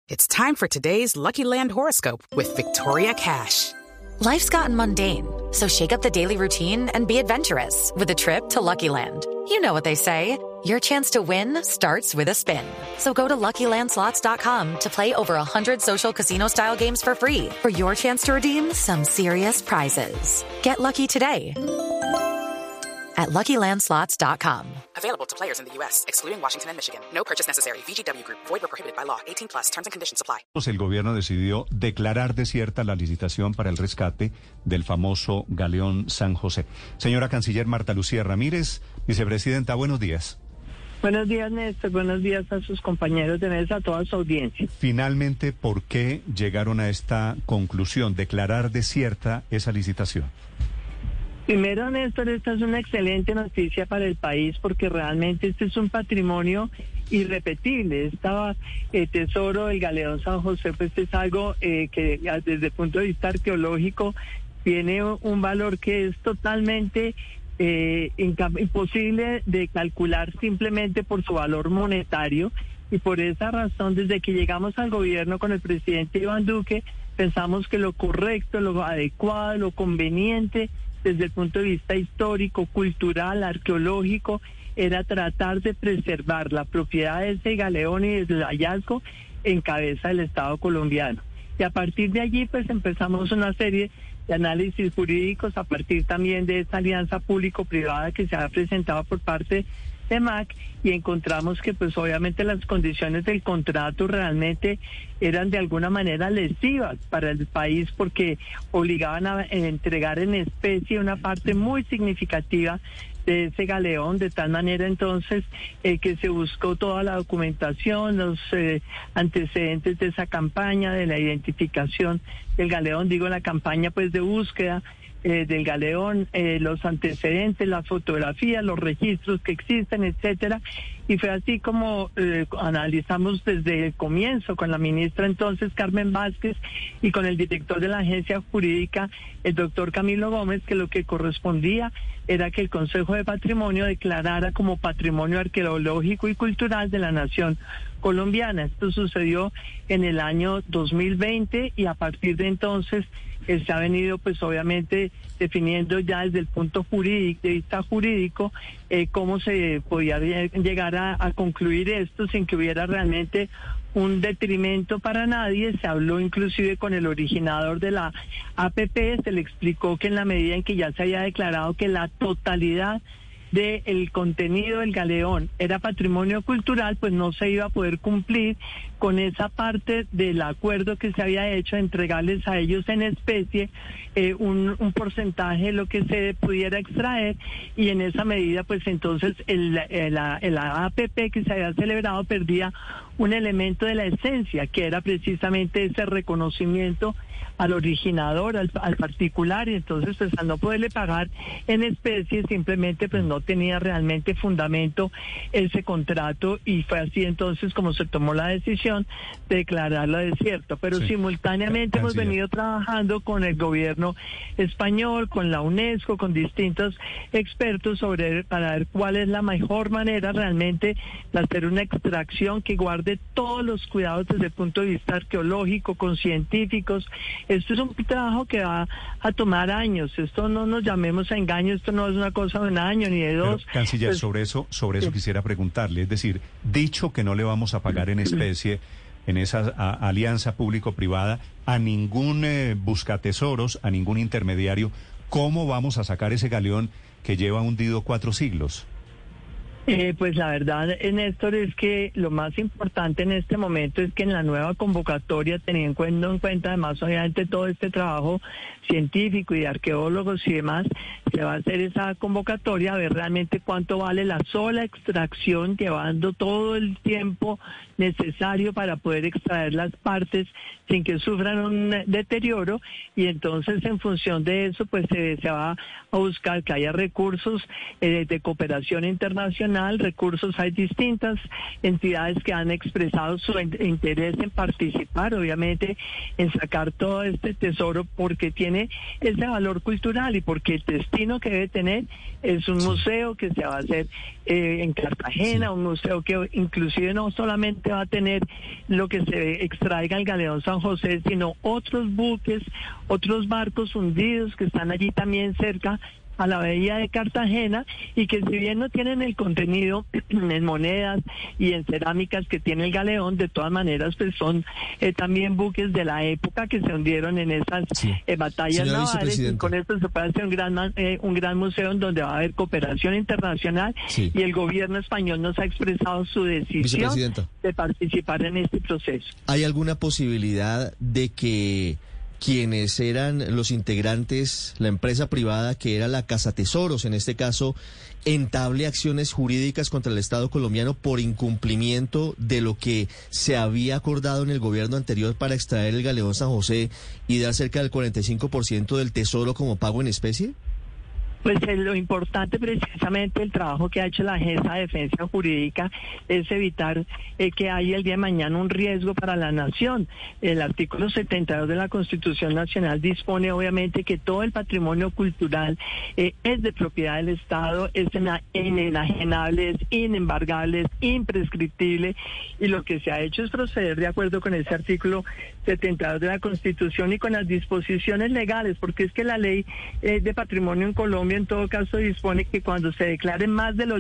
It's time for today's Lucky Land horoscope with Victoria Cash. Life's gotten mundane, so shake up the daily routine and be adventurous with a trip to Lucky Land. You know what they say, your chance to win starts with a spin. So go to LuckyLandSlots.com to play over 100 social casino-style games for free for your chance to redeem some serious prizes. Get lucky today at LuckyLandSlots.com. Available to players in the U.S., excluding Washington and Michigan. No purchase necessary. VGW Group. Void or prohibited by law. 18+. Terms and conditions apply. El gobierno decidió declarar desierta la licitación para el rescate del famoso galeón San José. Señora Canciller Marta Lucía Ramírez, vicepresidenta, buenos días. Buenos días, Néstor. Buenos días a sus compañeros de mesa, a toda su audiencia. Finalmente, ¿por qué llegaron a esta conclusión, declarar desierta esa licitación? Primero, Néstor, esta es una excelente noticia para el país porque realmente este es un patrimonio irrepetible. Este tesoro del galeón San José pues es algo que desde el punto de vista arqueológico tiene un valor que es totalmente imposible de calcular simplemente por su valor monetario, y por esa razón desde que llegamos al gobierno con el presidente Iván Duque pensamos que lo correcto, lo adecuado, lo conveniente desde el punto de vista histórico, cultural, arqueológico, era tratar de preservar la propiedad de ese galeón y el hallazgo en cabeza del Estado colombiano. Y a partir de allí pues empezamos una serie de análisis jurídicos a partir también de esta alianza público-privada que se ha presentado por parte de MAC, y encontramos que pues obviamente las condiciones del contrato realmente eran de alguna manera lesivas para el país porque obligaban a entregar en especie una parte muy significativa de ese galeón, de tal manera entonces que se buscó toda la documentación, los antecedentes de esa campaña, de la identificación del galeón, digo la campaña pues de búsqueda del galeón, los antecedentes, las fotografías, los registros que existen, etcétera. Y fue así como analizamos desde el comienzo con la ministra entonces Carmen Vázquez y con el director de la agencia jurídica, el doctor Camilo Gómez, que lo que correspondía era que el Consejo de Patrimonio declarara como patrimonio arqueológico y cultural de la nación colombiana. Esto sucedió en el año 2020 y a partir de entonces se ha venido pues obviamente definiendo ya desde el punto jurídico, de vista jurídico, cómo se podía llegar a concluir esto sin que hubiera realmente un detrimento para nadie. Se habló inclusive con el originador de la APP, se le explicó que en la medida en que ya se había declarado que la totalidad del contenido del galeón era patrimonio cultural, pues no se iba a poder cumplir con esa parte del acuerdo que se había hecho de entregarles a ellos en especie un porcentaje de lo que se pudiera extraer, y en esa medida pues entonces la APP que se había celebrado perdía un elemento de la esencia, que era precisamente ese reconocimiento al originador, al particular, y entonces pues al no poderle pagar en especie simplemente pues no tenía realmente fundamento ese contrato, y fue así entonces como se tomó la decisión de declararlo desierto. Pero sí, simultáneamente hemos venido trabajando con el gobierno español, con la UNESCO, con distintos expertos para ver cuál es la mejor manera realmente de hacer una extracción que guarde todos los cuidados desde el punto de vista arqueológico, con científicos. Esto es un trabajo que va a tomar años. Esto no nos llamemos a engaño, esto no es una cosa de un año ni de dos. Pero, canciller, pues, sobre eso quisiera preguntarle. Es decir, dicho que no le vamos a pagar en especie en esa alianza público-privada a ningún buscatesoros, a ningún intermediario, ¿cómo vamos a sacar ese galeón que lleva hundido 4 siglos? Pues la verdad, Néstor, es que lo más importante en este momento es que en la nueva convocatoria, teniendo en cuenta además obviamente todo este trabajo científico y de arqueólogos y demás, se va a hacer esa convocatoria a ver realmente cuánto vale la sola extracción, llevando todo el tiempo necesario para poder extraer las partes sin que sufran un deterioro, y entonces en función de eso pues se va a buscar que haya recursos de cooperación internacional, recursos. Hay distintas entidades que han expresado su interés en participar, obviamente, en sacar todo este tesoro porque tiene ese valor cultural y porque el destino que debe tener es un museo que se va a hacer en Cartagena, un museo que inclusive no solamente solamente va a tener lo que se extraiga el galeón San José, sino otros buques, otros barcos hundidos que están allí también cerca a la bahía de Cartagena, y que si bien no tienen el contenido en monedas y en cerámicas que tiene el galeón, de todas maneras pues son también buques de la época que se hundieron en esas batallas navales, y con esto se puede hacer un gran museo en donde va a haber cooperación internacional, y el gobierno español nos ha expresado su decisión de participar en este proceso. ¿Hay alguna posibilidad de que quienes eran los integrantes, la empresa privada que era la Casa Tesoros, en este caso, entable acciones jurídicas contra el Estado colombiano por incumplimiento de lo que se había acordado en el gobierno anterior para extraer el galeón San José y dar cerca del 45% del tesoro como pago en especie? Pues lo importante precisamente el trabajo que ha hecho la Agencia de Defensa Jurídica es evitar que haya el día de mañana un riesgo para la nación. El artículo 72 de la Constitución Nacional dispone obviamente que todo el patrimonio cultural es de propiedad del Estado, es inenajenable, es inembargable, es imprescriptible, y lo que se ha hecho es proceder de acuerdo con ese artículo 72 de la Constitución y con las disposiciones legales, porque es que la ley de patrimonio en Colombia en todo caso dispone que cuando se declare más del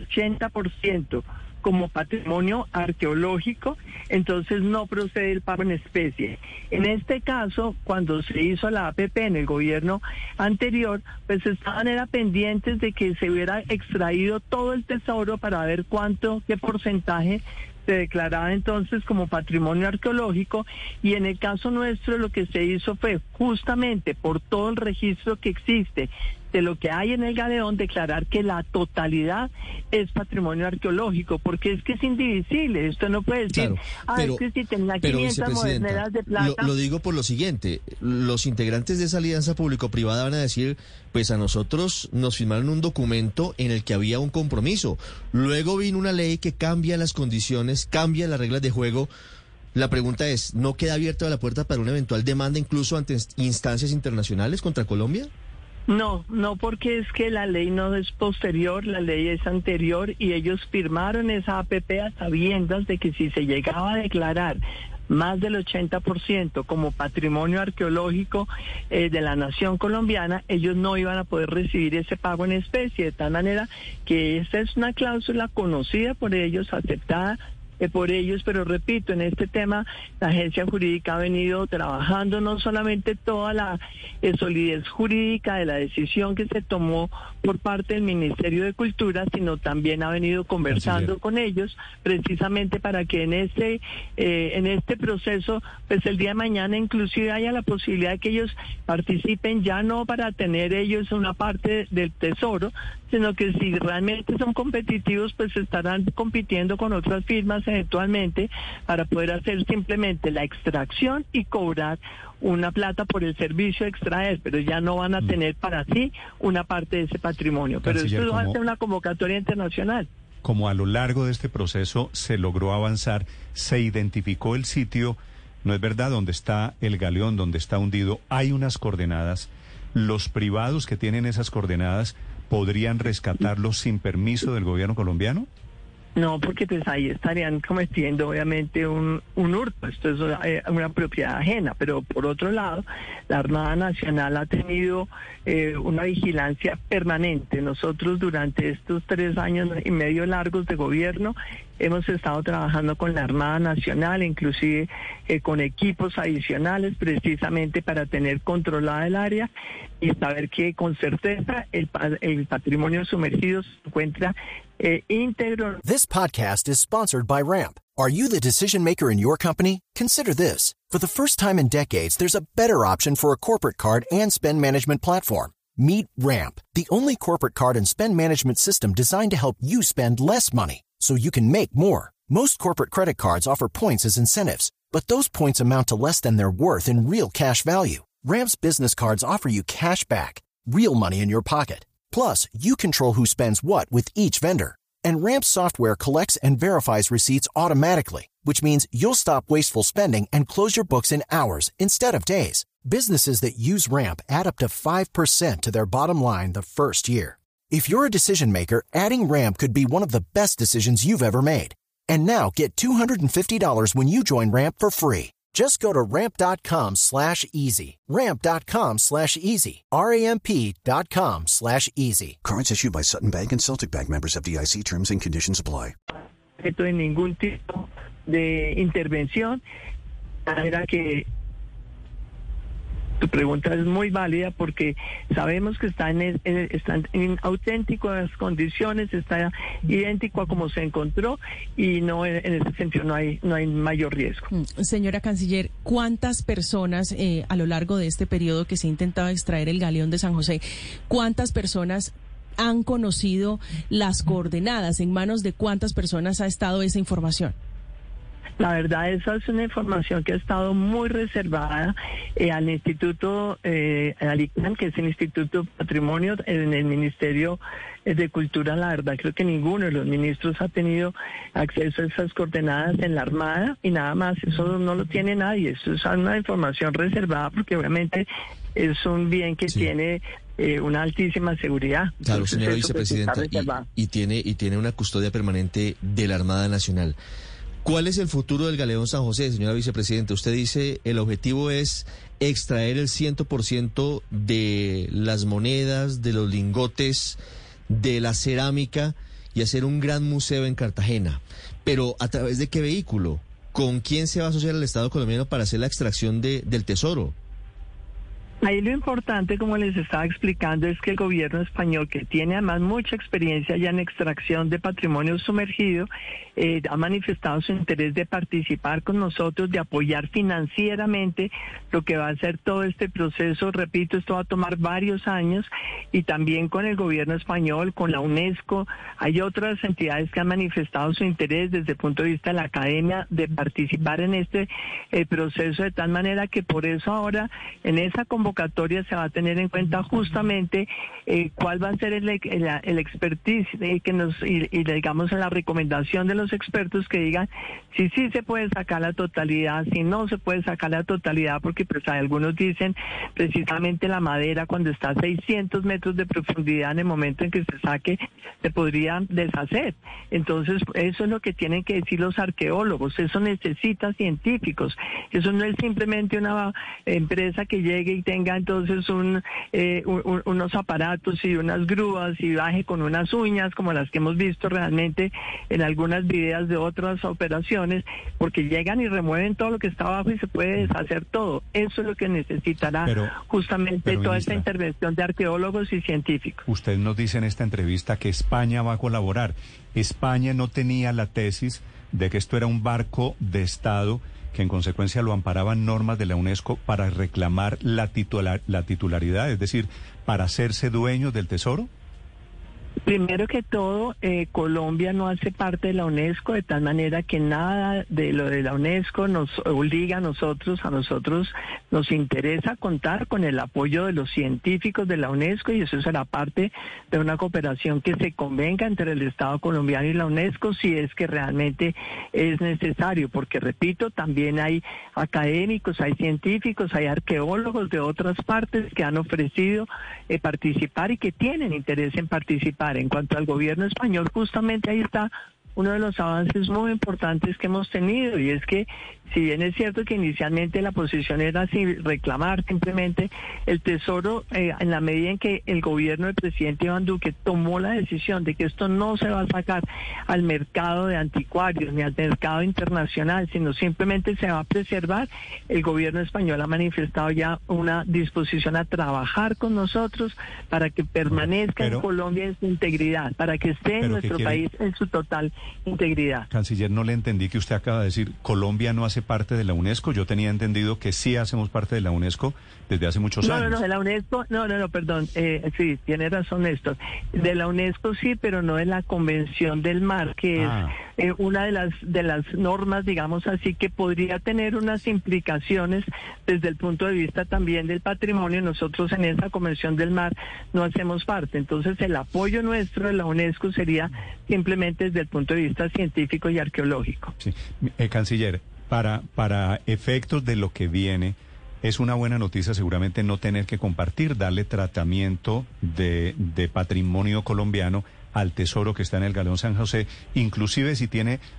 80% como patrimonio arqueológico, entonces no procede el pago en especie. En este caso, cuando se hizo la APP en el gobierno anterior, pues era pendientes de que se hubiera extraído todo el tesoro para ver qué porcentaje se declaraba entonces como patrimonio arqueológico, y en el caso nuestro lo que se hizo fue justamente por todo el registro que existe de lo que hay en el galeón, declarar que la totalidad es patrimonio arqueológico, porque es que es indivisible. Esto no puede decir, es que si tenía 500 monedas de plata. Lo digo por lo siguiente, los integrantes de esa alianza público-privada van a decir, pues a nosotros nos firmaron un documento en el que había un compromiso. Luego vino una ley que cambia las condiciones, cambia las reglas de juego. La pregunta es, ¿no queda abierta la puerta para una eventual demanda incluso ante instancias internacionales contra Colombia? No, porque es que la ley no es posterior, la ley es anterior, y ellos firmaron esa APP a sabiendas de que si se llegaba a declarar más del 80% como patrimonio arqueológico de la nación colombiana, ellos no iban a poder recibir ese pago en especie, de tal manera que esta es una cláusula conocida por ellos, aceptada por ellos, pero repito, en este tema la agencia jurídica ha venido trabajando no solamente toda la solidez jurídica de la decisión que se tomó por parte del Ministerio de Cultura, sino también ha venido conversando con ellos precisamente para que en este proceso, pues el día de mañana inclusive haya la posibilidad de que ellos participen, ya no para tener ellos una parte del tesoro, sino que si realmente son competitivos, pues estarán compitiendo con otras firmas eventualmente para poder hacer simplemente la extracción y cobrar una plata por el servicio de extraer, pero ya no van a tener para sí una parte de ese patrimonio. Pero esto va a ser una convocatoria internacional. Como a lo largo de este proceso se logró avanzar, se identificó el sitio, ¿no es verdad?, donde está el galeón, donde está hundido, hay unas coordenadas. Los privados que tienen esas coordenadas ¿podrían rescatarlos sin permiso del gobierno colombiano? No, porque pues ahí estarían cometiendo obviamente un hurto. Esto es una propiedad ajena, pero por otro lado, la Armada Nacional ha tenido una vigilancia permanente. Nosotros durante estos 3 años y medio largos de gobierno hemos estado trabajando con la Armada Nacional, inclusive con equipos adicionales, precisamente para tener controlada el área y saber que con certeza el patrimonio sumergido se encuentra íntegro. This podcast is sponsored by Ramp. Are you the decision maker in your company? Consider this. For the first time in decades, there's a better option for a corporate card and spend management platform. Meet Ramp, the only corporate card and spend management system designed to help you spend less money so you can make more. Most corporate credit cards offer points as incentives, but those points amount to less than their worth in real cash value. Ramp's business cards offer you cash back, real money in your pocket. Plus, you control who spends what with each vendor. And Ramp's software collects and verifies receipts automatically, which means you'll stop wasteful spending and close your books in hours instead of days. Businesses that use Ramp add up to 5% to their bottom line the first year. If you're a decision maker, adding Ramp could be one of the best decisions you've ever made. And now get $250 when you join Ramp for free. Just go to ramp.com/easy. Ramp.com/easy. RAMP.com/easy. Cards issued by Sutton Bank and Celtic Bank, members of FDIC. Terms and conditions apply. En ningún tipo de intervención. De manera que tu pregunta es muy válida porque sabemos que están en auténticas condiciones, está idéntico a como se encontró y no en ese sentido no hay mayor riesgo. Señora Canciller, ¿cuántas personas a lo largo de este periodo que se ha intentado extraer el galeón de San José, cuántas personas han conocido las coordenadas? ¿En manos de cuántas personas ha estado esa información? La verdad, esa es una información que ha estado muy reservada al Instituto, al ICANN, que es el Instituto Patrimonio, en el Ministerio de Cultura. La verdad, creo que ninguno de los ministros ha tenido acceso a esas coordenadas en la Armada y nada más. Eso no lo tiene nadie. Eso es una información reservada porque obviamente es un bien que tiene una altísima seguridad. Claro, entonces, señora vicepresidenta, y tiene una custodia permanente de la Armada Nacional. ¿Cuál es el futuro del galeón San José, señora vicepresidenta? Usted dice el objetivo es extraer el 100% de las monedas, de los lingotes, de la cerámica y hacer un gran museo en Cartagena. Pero ¿a través de qué vehículo? ¿Con quién se va a asociar el Estado colombiano para hacer la extracción del tesoro? Ahí lo importante, como les estaba explicando, es que el gobierno español, que tiene además mucha experiencia ya en extracción de patrimonio sumergido, ha manifestado su interés de participar con nosotros, de apoyar financieramente lo que va a ser todo este proceso. Repito, esto va a tomar varios años, y también con el gobierno español, con la UNESCO. Hay otras entidades que han manifestado su interés desde el punto de vista de la academia de participar en este proceso, de tal manera que por eso ahora en esa convocatoria se va a tener en cuenta justamente cuál va a ser el expertise que nos y digamos en la recomendación de los expertos que digan si sí se puede sacar la totalidad, si no se puede sacar la totalidad, porque pues algunos dicen precisamente la madera cuando está a 600 metros de profundidad en el momento en que se saque se podría deshacer. Entonces eso es lo que tienen que decir los arqueólogos, eso necesita científicos, eso no es simplemente una empresa que llegue y tenga entonces unos aparatos y unas grúas y baje con unas uñas como las que hemos visto realmente en algunas videos de otras operaciones, porque llegan y remueven todo lo que está abajo y se puede deshacer todo. Eso es lo que necesitará justamente toda esta intervención de arqueólogos y científicos. Usted nos dice en esta entrevista que España va a colaborar. España no tenía la tesis de que esto era un barco de Estado, que en consecuencia lo amparaban normas de la UNESCO para reclamar la titularidad, es decir, para hacerse dueños del tesoro. Primero que todo, Colombia no hace parte de la UNESCO, de tal manera que nada de lo de la UNESCO nos obliga a nosotros nos interesa contar con el apoyo de los científicos de la UNESCO, y eso será parte de una cooperación que se convenga entre el Estado colombiano y la UNESCO si es que realmente es necesario, porque repito, también hay académicos, hay científicos, hay arqueólogos de otras partes que han ofrecido participar y que tienen interés en participar. En cuanto al gobierno español, justamente ahí está uno de los avances muy importantes que hemos tenido, y es que si bien es cierto que inicialmente la posición era así, reclamar simplemente el tesoro, en la medida en que el gobierno del presidente Iván Duque tomó la decisión de que esto no se va a sacar al mercado de anticuarios ni al mercado internacional, sino simplemente se va a preservar, el gobierno español ha manifestado ya una disposición a trabajar con nosotros para que permanezca en Colombia en su integridad, para que esté en nuestro país en su total integridad. Canciller, no le entendí que usted acaba de decir Colombia no hace parte de la UNESCO. Yo tenía entendido que sí hacemos parte de la UNESCO desde hace muchos años. No, de la UNESCO, perdón, sí, tiene razón Néstor. De la UNESCO sí, pero no de la Convención del Mar, que es una de las normas, digamos así, que podría tener unas implicaciones desde el punto de vista también del patrimonio. Nosotros en esa Convención del Mar no hacemos parte. Entonces el apoyo nuestro de la UNESCO sería simplemente desde el punto de vista científico y arqueológico. Sí. Canciller, para efectos de lo que viene, es una buena noticia seguramente no tener que compartir, darle tratamiento de patrimonio colombiano al tesoro que está en el Galeón San José, inclusive si tiene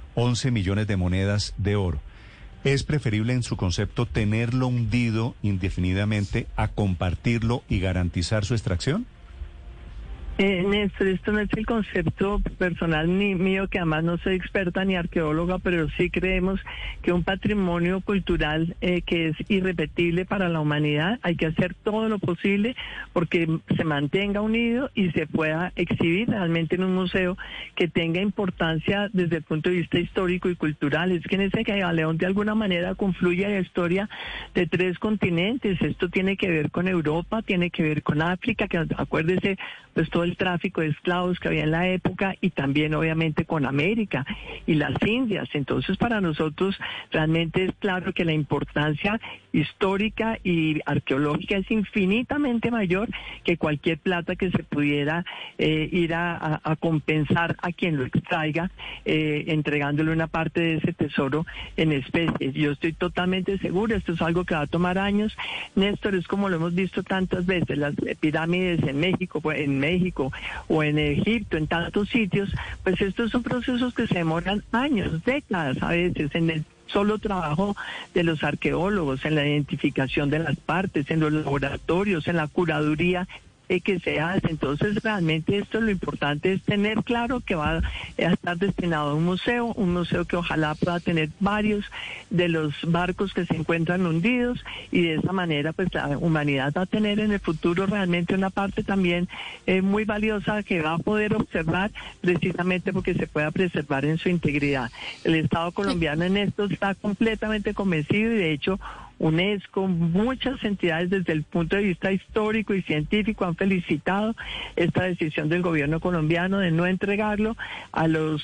11 millones de monedas de oro. ¿Es preferible en su concepto tenerlo hundido indefinidamente a compartirlo y garantizar su extracción? Néstor, esto no es el concepto personal ni mío, que además no soy experta ni arqueóloga, pero sí creemos que un patrimonio cultural que es irrepetible para la humanidad, hay que hacer todo lo posible porque se mantenga unido y se pueda exhibir realmente en un museo que tenga importancia desde el punto de vista histórico y cultural. Es que en ese galeón de alguna manera confluye la historia de 3 continentes. Esto tiene que ver con Europa, tiene que ver con África, que acuérdese pues todo el tráfico de esclavos que había en la época, y también obviamente con América y las Indias. Entonces para nosotros realmente es claro que la importancia histórica y arqueológica es infinitamente mayor que cualquier plata que se pudiera ir a compensar a quien lo extraiga, entregándole una parte de ese tesoro en especies. Yo estoy totalmente segura, esto es algo que va a tomar años, Néstor, es como lo hemos visto tantas veces, las pirámides en México o en Egipto, en tantos sitios, pues estos son procesos que se demoran años, décadas a veces, en el solo trabajo de los arqueólogos, en la identificación de las partes, en los laboratorios, en la curaduría que se hace. Entonces realmente esto, lo importante es tener claro que va a estar destinado a un museo que ojalá pueda tener varios de los barcos que se encuentran hundidos, y de esa manera pues la humanidad va a tener en el futuro realmente una parte también muy valiosa que va a poder observar, precisamente porque se pueda preservar en su integridad. El Estado colombiano en esto está completamente convencido, y de hecho UNESCO, muchas entidades desde el punto de vista histórico y científico han felicitado esta decisión del gobierno colombiano de no entregarlo a los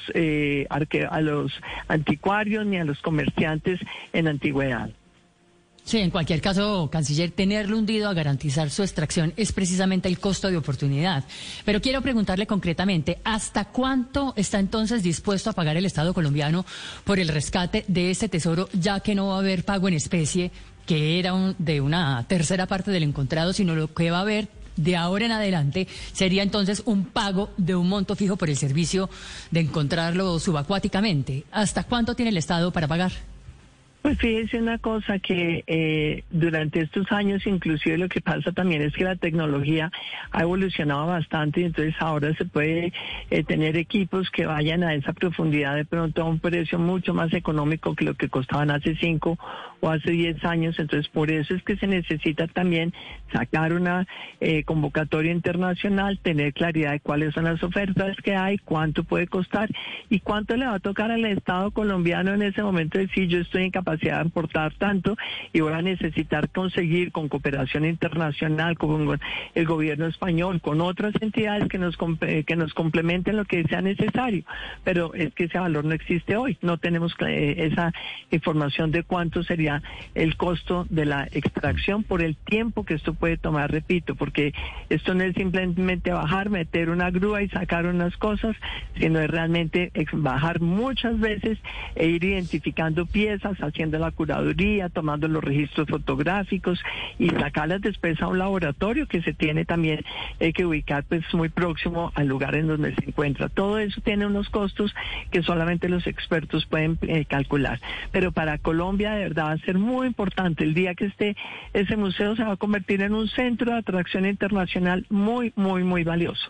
anticuarios ni a los comerciantes en antigüedad. Sí, en cualquier caso, canciller, tenerlo hundido a garantizar su extracción es precisamente el costo de oportunidad. Pero quiero preguntarle concretamente, ¿hasta cuánto está entonces dispuesto a pagar el Estado colombiano por el rescate de este tesoro, ya que no va a haber pago en especie, que era de una tercera parte del encontrado, sino lo que va a haber de ahora en adelante sería entonces un pago de un monto fijo por el servicio de encontrarlo subacuáticamente? ¿Hasta cuánto tiene el Estado para pagar? Pues fíjese una cosa, que durante estos años inclusive lo que pasa también es que la tecnología ha evolucionado bastante, y entonces ahora se puede tener equipos que vayan a esa profundidad de pronto a un precio mucho más económico que lo que costaban hace 5 o hace 10 años. Entonces por eso es que se necesita también sacar una convocatoria internacional, tener claridad de cuáles son las ofertas que hay, cuánto puede costar y cuánto le va a tocar al Estado colombiano en ese momento, decir yo estoy incapaz de aportar tanto y voy a necesitar conseguir con cooperación internacional, con el gobierno español, con otras entidades que nos complementen lo que sea necesario. Pero es que ese valor no existe hoy, no tenemos esa información de cuánto sería el costo de la extracción por el tiempo que esto puede tomar, repito, porque esto no es simplemente bajar, meter una grúa y sacar unas cosas, sino es realmente bajar muchas veces e ir identificando piezas, haciendo la curaduría, tomando los registros fotográficos y sacarlas después a un laboratorio que se tiene también que ubicar pues muy próximo al lugar en donde se encuentra. Todo eso tiene unos costos que solamente los expertos pueden calcular. Pero para Colombia de verdad va a ser muy importante. El día que esté ese museo se va a convertir en un centro de atracción internacional muy, muy, muy valioso.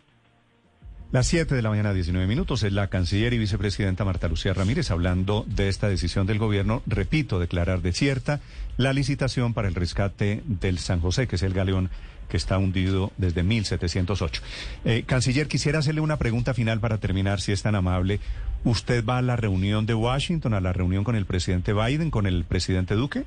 Las 7 de la mañana, 19 minutos, es la canciller y vicepresidenta Marta Lucía Ramírez hablando de esta decisión del gobierno, repito, declarar desierta la licitación para el rescate del San José, que es el galeón que está hundido desde 1708. Canciller, quisiera hacerle una pregunta final para terminar, si es tan amable. ¿Usted va a la reunión de Washington, a la reunión con el presidente Biden, con el presidente Duque?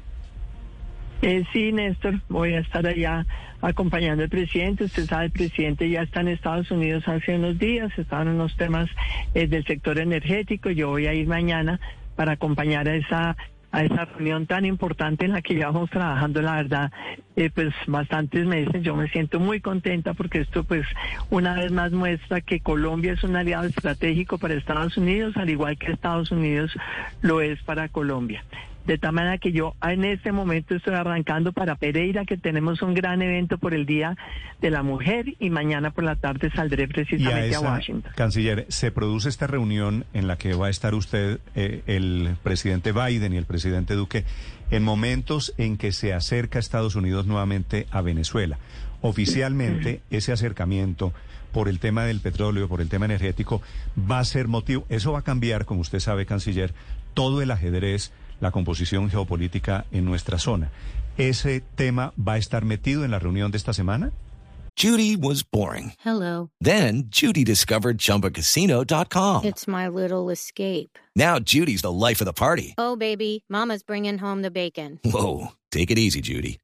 Sí, Néstor, voy a estar allá acompañando al presidente. Usted sabe, el presidente ya está en Estados Unidos hace unos días, estaban en unos temas del sector energético. Yo voy a ir mañana para acompañar a esa reunión tan importante en la que llevamos trabajando, la verdad, pues bastantes meses. Yo me siento muy contenta porque esto pues una vez más muestra que Colombia es un aliado estratégico para Estados Unidos, al igual que Estados Unidos lo es para Colombia. de tal manera que yo en este momento estoy arrancando para Pereira, que tenemos un gran evento por el Día de la Mujer, y mañana por la tarde saldré precisamente a Washington. Canciller, se produce esta reunión en la que va a estar usted, el presidente Biden y el presidente Duque, en momentos en que se acerca Estados Unidos nuevamente a Venezuela. Oficialmente, ese acercamiento por el tema del petróleo, por el tema energético, va a ser motivo. Eso va a cambiar, como usted sabe, canciller, todo el ajedrez, la composición geopolítica en nuestra zona. ¿Ese tema va a estar metido en la reunión de esta semana? Judy was boring. Hello. Then Judy discovered ChumbaCasino.com. It's my little escape. Now Judy's the life of the party. Oh, baby, mama's bringing home the bacon. Whoa, take it easy, Judy.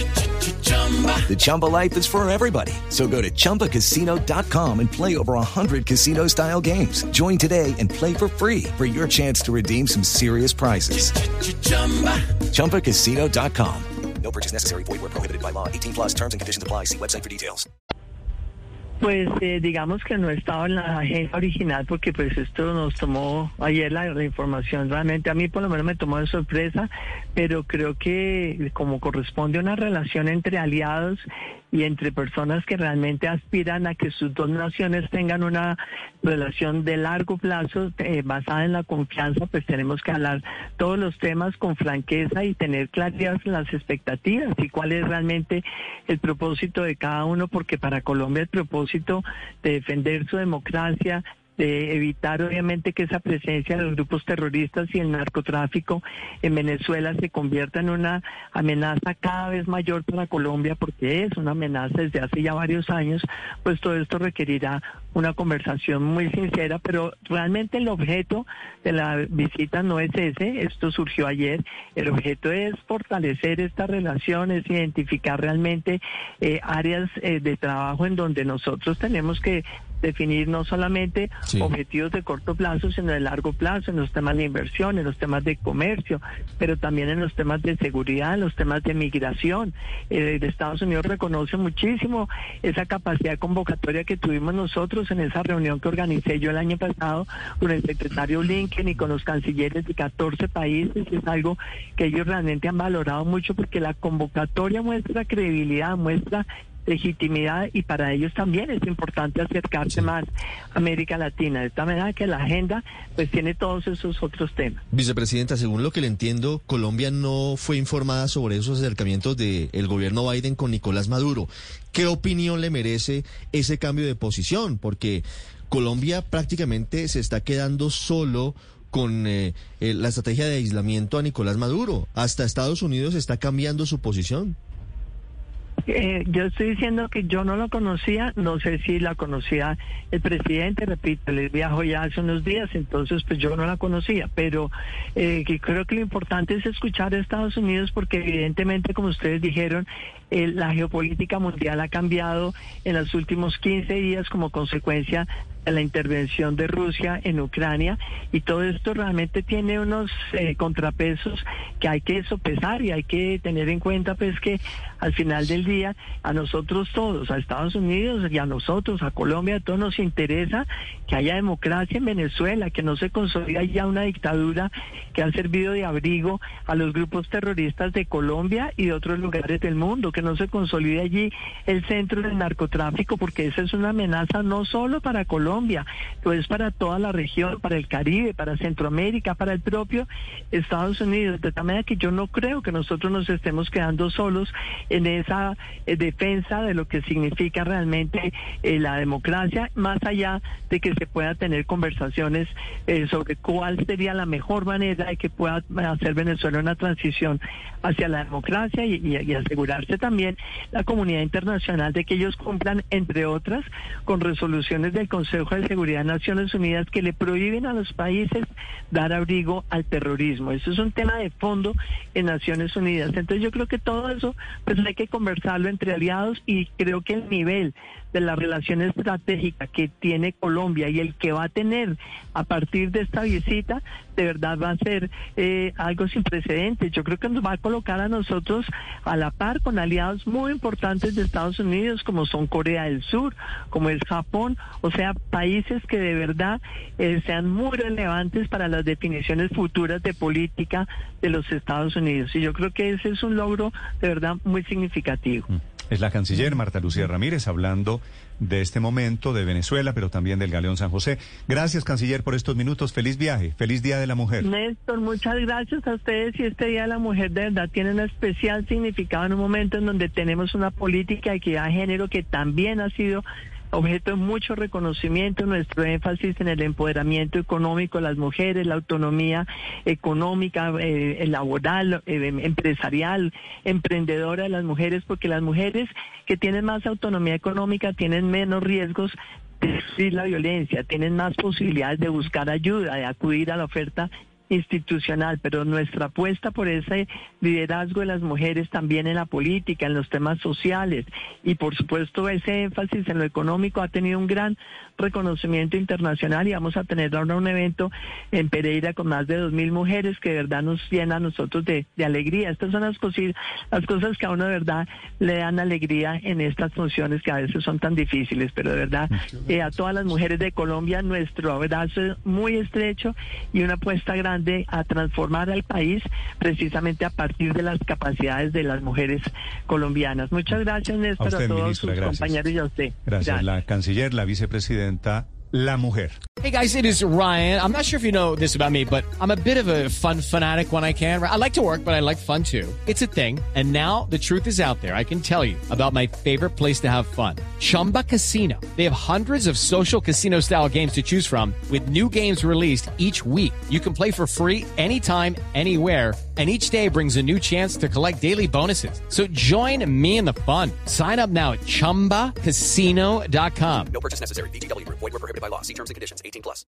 The Chumba life is for everybody. So go to ChumbaCasino.com and play over 100 casino-style games. Join today and play for free for your chance to redeem some serious prizes. ChumbaCasino.com. No purchase necessary. Void where prohibited by law. 18+ terms and conditions apply. See website for details. Pues digamos que no estaba en la agenda original porque pues esto nos tomó ayer la información. Realmente a mí por lo menos me tomó de sorpresa, pero creo que como corresponde a una relación entre aliados y entre personas que realmente aspiran a que sus dos naciones tengan una relación de largo plazo basada en la confianza, pues tenemos que hablar todos los temas con franqueza y tener claridad en las expectativas y cuál es realmente el propósito de cada uno, porque para Colombia el propósito de defender su democracia, de evitar obviamente que esa presencia de los grupos terroristas y el narcotráfico en Venezuela se convierta en una amenaza cada vez mayor para Colombia, porque es una amenaza desde hace ya varios años, pues todo esto requerirá una conversación muy sincera, pero realmente el objeto de la visita no es ese, esto surgió ayer, el objeto es fortalecer estas relaciones, identificar realmente áreas de trabajo en donde nosotros tenemos que definir no solamente objetivos de corto plazo, sino de largo plazo, en los temas de inversión, en los temas de comercio, pero también en los temas de seguridad, en los temas de migración. Estados Unidos reconoce muchísimo esa capacidad convocatoria que tuvimos nosotros en esa reunión que organicé yo el año pasado con el secretario Blinken y con los cancilleres de 14 países. Es algo que ellos realmente han valorado mucho porque la convocatoria muestra credibilidad, muestra legitimidad, y para ellos también es importante acercarse más a América Latina, de tal manera que la agenda pues tiene todos esos otros temas. Vicepresidenta, según lo que le entiendo, Colombia no fue informada sobre esos acercamientos del gobierno Biden con Nicolás Maduro. ¿Qué opinión le merece ese cambio de posición? Porque Colombia prácticamente se está quedando solo con la estrategia de aislamiento a Nicolás Maduro. Hasta Estados Unidos está cambiando su posición. Yo estoy diciendo que yo no lo conocía, no sé si la conocía el presidente, repito, él viajó ya hace unos días, entonces pues yo no la conocía, pero creo que lo importante es escuchar a Estados Unidos porque evidentemente, como ustedes dijeron, la geopolítica mundial ha cambiado en los últimos 15 días como consecuencia de la intervención de Rusia en Ucrania, y todo esto realmente tiene unos contrapesos que hay que sopesar y hay que tener en cuenta pues que al final del día a nosotros todos, a Estados Unidos y a nosotros, a Colombia, a todos nos interesa que haya democracia en Venezuela, que no se consolida ya una dictadura que ha servido de abrigo a los grupos terroristas de Colombia y de otros lugares del mundo, que no se consolide allí el centro del narcotráfico, porque esa es una amenaza no solo para Colombia, pues para toda la región, para el Caribe, para Centroamérica, para el propio Estados Unidos, de tal manera que yo no creo que nosotros nos estemos quedando solos en esa defensa de lo que significa realmente la democracia, más allá de que se pueda tener conversaciones sobre cuál sería la mejor manera de que pueda hacer Venezuela una transición hacia la democracia y asegurarse también la comunidad internacional de que ellos cumplan, entre otras, con resoluciones del Consejo de Seguridad de Naciones Unidas que le prohíben a los países dar abrigo al terrorismo. Eso es un tema de fondo en Naciones Unidas. Entonces yo creo que todo eso pues hay que conversarlo entre aliados, y creo que el nivel de la relación estratégica que tiene Colombia y el que va a tener a partir de esta visita de verdad va a ser algo sin precedentes. Yo creo que nos va a colocar a nosotros a la par con aliados muy importantes de Estados Unidos, como son Corea del Sur, como es Japón, o sea, países que de verdad sean muy relevantes para las definiciones futuras de política de los Estados Unidos. Y yo creo que ese es un logro de verdad muy significativo. Es la canciller Marta Lucía Ramírez hablando de este momento de Venezuela, pero también del Galeón San José. Gracias, canciller, por estos minutos. Feliz viaje, feliz Día de la Mujer. Néstor, muchas gracias a ustedes, y este Día de la Mujer de verdad tiene un especial significado en un momento en donde tenemos una política de equidad de género que también ha sido objeto de mucho reconocimiento, nuestro énfasis en el empoderamiento económico de las mujeres, la autonomía económica, laboral, empresarial, emprendedora de las mujeres, porque las mujeres que tienen más autonomía económica tienen menos riesgos de sufrir la violencia, tienen más posibilidades de buscar ayuda, de acudir a la oferta institucional, pero nuestra apuesta por ese liderazgo de las mujeres también en la política, en los temas sociales, y por supuesto ese énfasis en lo económico ha tenido un gran reconocimiento internacional, y vamos a tener ahora un evento en Pereira con más de 2.000 mujeres que de verdad nos llena a nosotros de alegría. Estas son las cosas que a uno de verdad le dan alegría en estas funciones que a veces son tan difíciles, pero de verdad a todas las mujeres de Colombia nuestro abrazo es muy estrecho y una apuesta grande a transformar al país precisamente a partir de las capacidades de las mujeres colombianas. Muchas gracias, Néstor, a todos ministra, sus compañeros y a usted. Gracias. La canciller, la vicepresidenta, la mujer. Hey guys, it is Ryan. I'm not sure if you know this about me, but I'm a bit of a fun fanatic when I can. I like to work, but I like fun too. It's a thing. And now the truth is out there. I can tell you about my favorite place to have fun. Chumba Casino. They have hundreds of social casino style games to choose from with new games released each week. You can play for free anytime, anywhere. And each day brings a new chance to collect daily bonuses. So join me in the fun. Sign up now at ChumbaCasino.com. No purchase necessary. VGW Group. Void where prohibited by law. See terms and conditions. 18+.